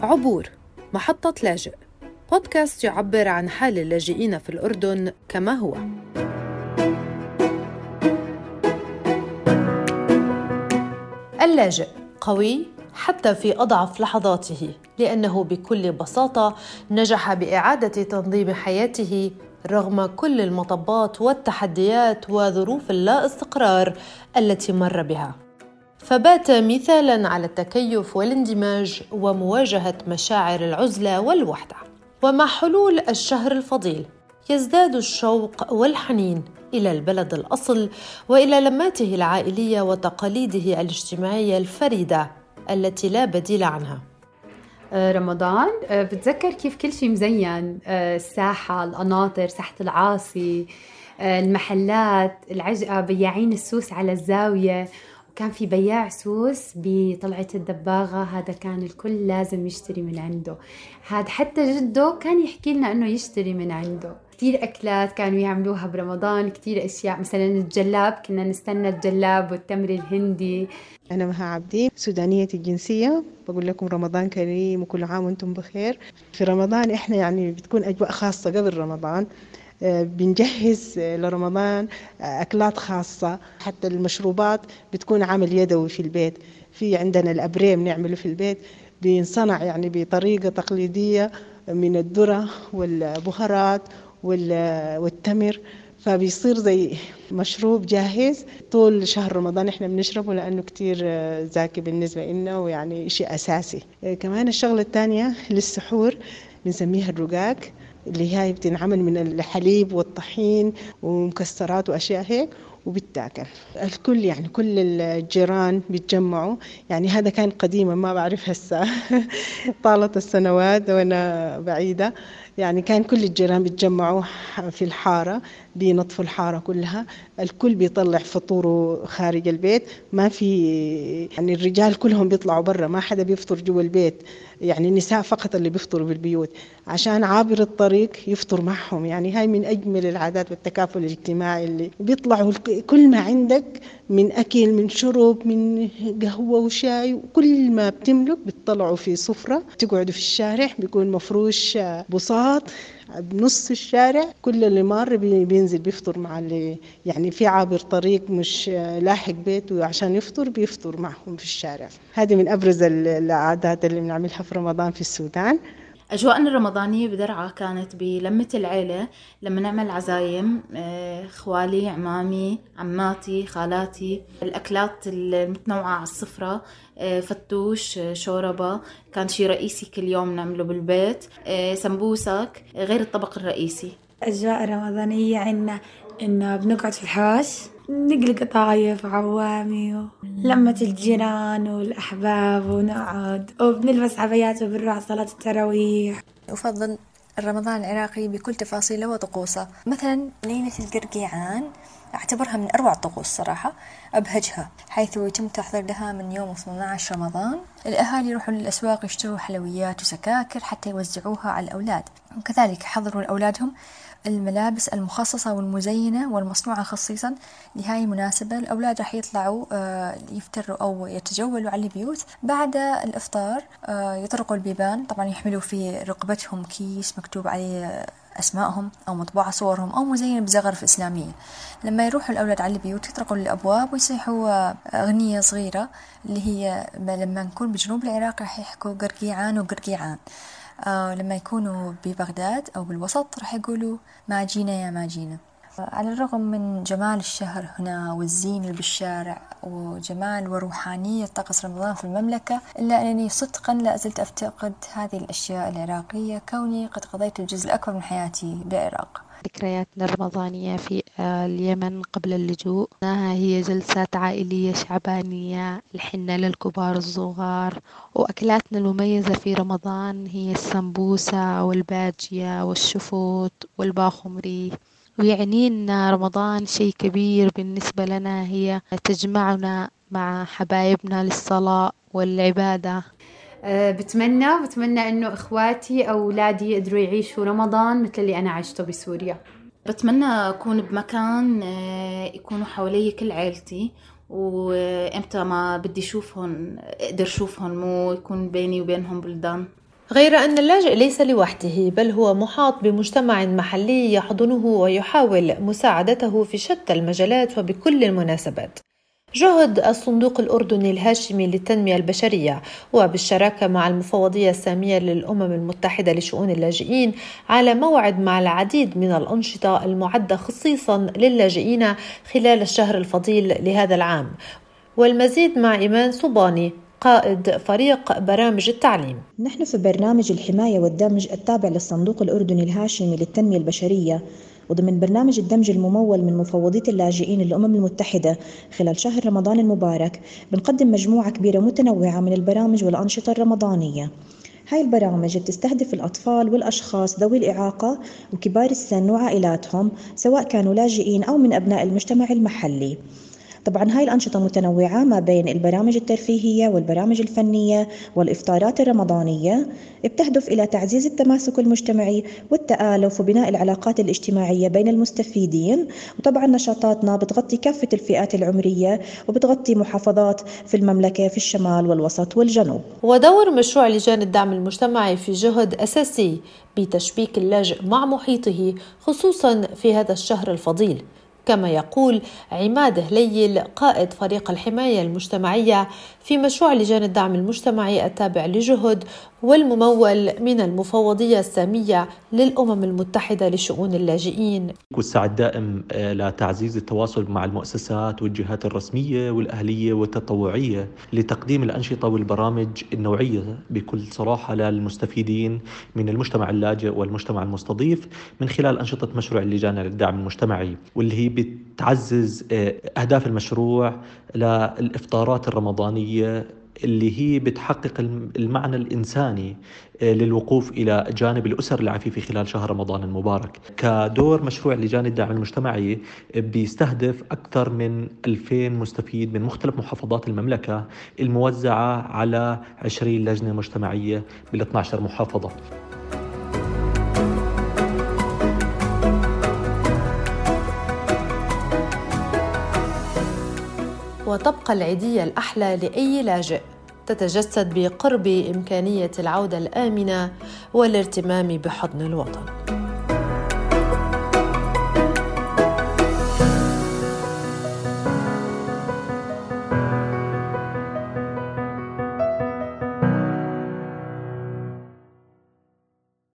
عبور محطة لاجئ، بودكاست يعبر عن حال اللاجئين في الأردن كما هو. اللاجئ قوي حتى في أضعف لحظاته، لأنه بكل بساطة نجح بإعادة تنظيم حياته رغم كل المطبات والتحديات وظروف اللا استقرار التي مر بها. فبات مثالاً على التكيف والاندماج ومواجهة مشاعر العزلة والوحدة. ومع حلول الشهر الفضيل يزداد الشوق والحنين إلى البلد الأصل وإلى لماته العائلية وتقاليده الاجتماعية الفريدة التي لا بديل عنها. رمضان بتذكر كيف كل شيء مزين، الساحة، القناطر، ساحة العاصي، المحلات، العجقة، بياعين السوس على الزاوية. وكان في بياع سوس بطلعة الدباغة، هذا كان الكل لازم يشتري من عنده. هذا حتى جده كان يحكي لنا أنه يشتري من عنده. كتير أكلات كانوا يعملوها برمضان، كتير أشياء، مثلا الجلاب، كنا نستنى الجلاب والتمر الهندي. أنا مها عبدي، سودانية الجنسية، بقول لكم رمضان كريم وكل عام وانتم بخير. في رمضان إحنا يعني بتكون أجواء خاصة قبل رمضان، بنجهز لرمضان أكلات خاصة، حتى المشروبات بتكون عمل يدوي في البيت. في عندنا الأبريم نعمله في البيت، بينصنع يعني بطريقة تقليدية من الذرة والبهارات والتمر، فبيصير زي مشروب جاهز طول شهر رمضان احنا بنشربه لأنه كتير زاكي بالنسبة لنا ويعني شيء أساسي. كمان الشغلة الثانية للسحور بنسميها الرقاق، اللي هي بتنعمل من الحليب والطحين ومكسرات وأشياء هيك وبتاكل. الكل يعني كل الجيران بيتجمعوا، يعني هذا كان قديما، ما بعرف هسه طالت السنوات وأنا بعيدة. يعني كان كل الجيران بيتجمعوا في الحارة، بينظفوا الحارة كلها، الكل بيطلع فطوره خارج البيت، ما في يعني الرجال كلهم بيطلعوا برا، ما حدا بيفطر جوا البيت، يعني النساء فقط اللي بيفطروا بالبيوت عشان عابر الطريق يفطر معهم. يعني هاي من أجمل العادات والتكافل الاجتماعي، اللي بيطلعوا كل ما عندك من أكل من شرب من قهوة وشاي وكل ما بتملك بتطلعوا في سفرة، تقعدوا في الشارع، بيكون مفروش بساط بنص الشارع، كل اللي مار بينزل بيفطر مع اللي يعني في عابر طريق مش لاحق بيته عشان يفطر، بيفطر معهم في الشارع. هذه من أبرز العادات اللي بنعملها في رمضان في السودان. أجواءنا الرمضانية بدرعا كانت بلمة العيلة، لما نعمل عزايم، خوالي، عمامي، عماتي، خالاتي، الأكلات المتنوعة على السفرة، فتوش، شوربة كان شيء رئيسي كل يوم نعمله بالبيت، سمبوسك غير الطبق الرئيسي. أجواء رمضانية عنا إنه بنقعد في الحوش، نقلي قطايف وعوامي لمة الجيران والأحباب، ونقعد وبنلبس عبايات وبنروح صلاة التراويح. أفضل الرمضان العراقي بكل تفاصيله وطقوسه. مثلا ليلة القرقيعان أعتبرها من أروع الطقوس صراحة، أبهجها، حيث يتم تحضير لها من يوم 12 رمضان. الأهالي يروحوا للأسواق يشتروا حلويات وسكاكر حتى يوزعوها على الأولاد، وكذلك حضروا لأولادهم الملابس المخصصة والمزينة والمصنوعة خصيصا لهاي المناسبة. الأولاد راح يطلعوا يفتروا أو يتجولوا على البيوت. بعد الإفطار يطرقوا البيبان، طبعا يحملوا في رقبتهم كيس مكتوب عليه أسمائهم أو مطبوعة صورهم أو مزين بزخرف إسلامية. لما يروحوا الأولاد على البيوت يطرقوا الأبواب ويصيحوا أغنية صغيرة، اللي هي لما نكون بجنوب العراق راح يحكوا قرقيعان وقرقيعان، لما يكونوا ببغداد أو بالوسط راح يقولوا ما جينا يا ما جينا. على الرغم من جمال الشهر هنا والزين اللي بالشارع وجمال وروحانية طقس رمضان في المملكة، إلا أنني صدقا لا زلت أفتقد هذه الأشياء العراقية، كوني قد قضيت الجزء الأكبر من حياتي بالعراق. ذكرياتنا الرمضانية في اليمن قبل اللجوء هي جلسات عائلية شعبانية، الحنة للكبار الصغار، وأكلاتنا المميزة في رمضان هي السمبوسة والباجية والشفوت والباخمري. ويعني أن رمضان شيء كبير بالنسبة لنا، هي تجمعنا مع حبايبنا للصلاة والعبادة. بتمنى أنه إخواتي أو أولادي يقدروا يعيشوا رمضان مثل اللي أنا عشته بسوريا. بتمنى أكون بمكان يكونوا حوالي كل عائلتي، وإمتى ما بدي أشوفهم أقدر أشوفهم، مو يكون بيني وبينهم بلدان. غير أن اللاجئ ليس لوحده، بل هو محاط بمجتمع محلي يحضنه ويحاول مساعدته في شتى المجالات وبكل المناسبات. جهد الصندوق الأردني الهاشمي للتنمية البشرية وبالشراكة مع المفوضية السامية للأمم المتحدة لشؤون اللاجئين على موعد مع العديد من الأنشطة المعدة خصيصا للاجئين خلال الشهر الفضيل لهذا العام. والمزيد مع إيمان صباني، قائد فريق برامج التعليم. نحن في برنامج الحماية والدمج التابع للصندوق الأردني الهاشمي للتنمية البشرية، وضمن برنامج الدمج الممول من مفوضية اللاجئين للأمم المتحدة خلال شهر رمضان المبارك، بنقدم مجموعة كبيرة متنوعة من البرامج والأنشطة الرمضانية. هاي البرامج بتستهدف الأطفال والأشخاص ذوي الإعاقة وكبار السن وعائلاتهم، سواء كانوا لاجئين أو من أبناء المجتمع المحلي. طبعا هاي الأنشطة متنوعة ما بين البرامج الترفيهية والبرامج الفنية والإفطارات الرمضانية، بتهدف إلى تعزيز التماسك المجتمعي والتآلف وبناء العلاقات الاجتماعية بين المستفيدين. وطبعا نشاطاتنا بتغطي كافة الفئات العمرية وبتغطي محافظات في المملكة في الشمال والوسط والجنوب. ودور مشروع لجان الدعم المجتمعي في جهد أساسي بتشبيك اللاجئ مع محيطه خصوصا في هذا الشهر الفضيل، كما يقول عماد هليل قائد فريق الحماية المجتمعية في مشروع لجان الدعم المجتمعي التابع لجهد والممول من المفوضية السامية للأمم المتحدة لشؤون اللاجئين. والسعي الدائم لتعزيز التواصل مع المؤسسات والجهات الرسمية والأهلية والتطوعية لتقديم الأنشطة والبرامج النوعية بكل صراحة للمستفيدين من المجتمع اللاجئ والمجتمع المستضيف من خلال أنشطة مشروع اللجان للدعم المجتمعي، واللي هي بتعزز أهداف المشروع للإفطارات الرمضانية اللي هي بتحقق المعنى الإنساني للوقوف إلى جانب الأسر العفيفة خلال شهر رمضان المبارك. كدور مشروع لجان الدعم المجتمعي بيستهدف أكثر من 2000 مستفيد من مختلف محافظات المملكة الموزعة على 20 لجنة مجتمعية بال12 محافظة. وتبقى العيدية الأحلى لأي لاجئ تتجسد بقرب إمكانية العودة الآمنة والارتمام بحضن الوطن.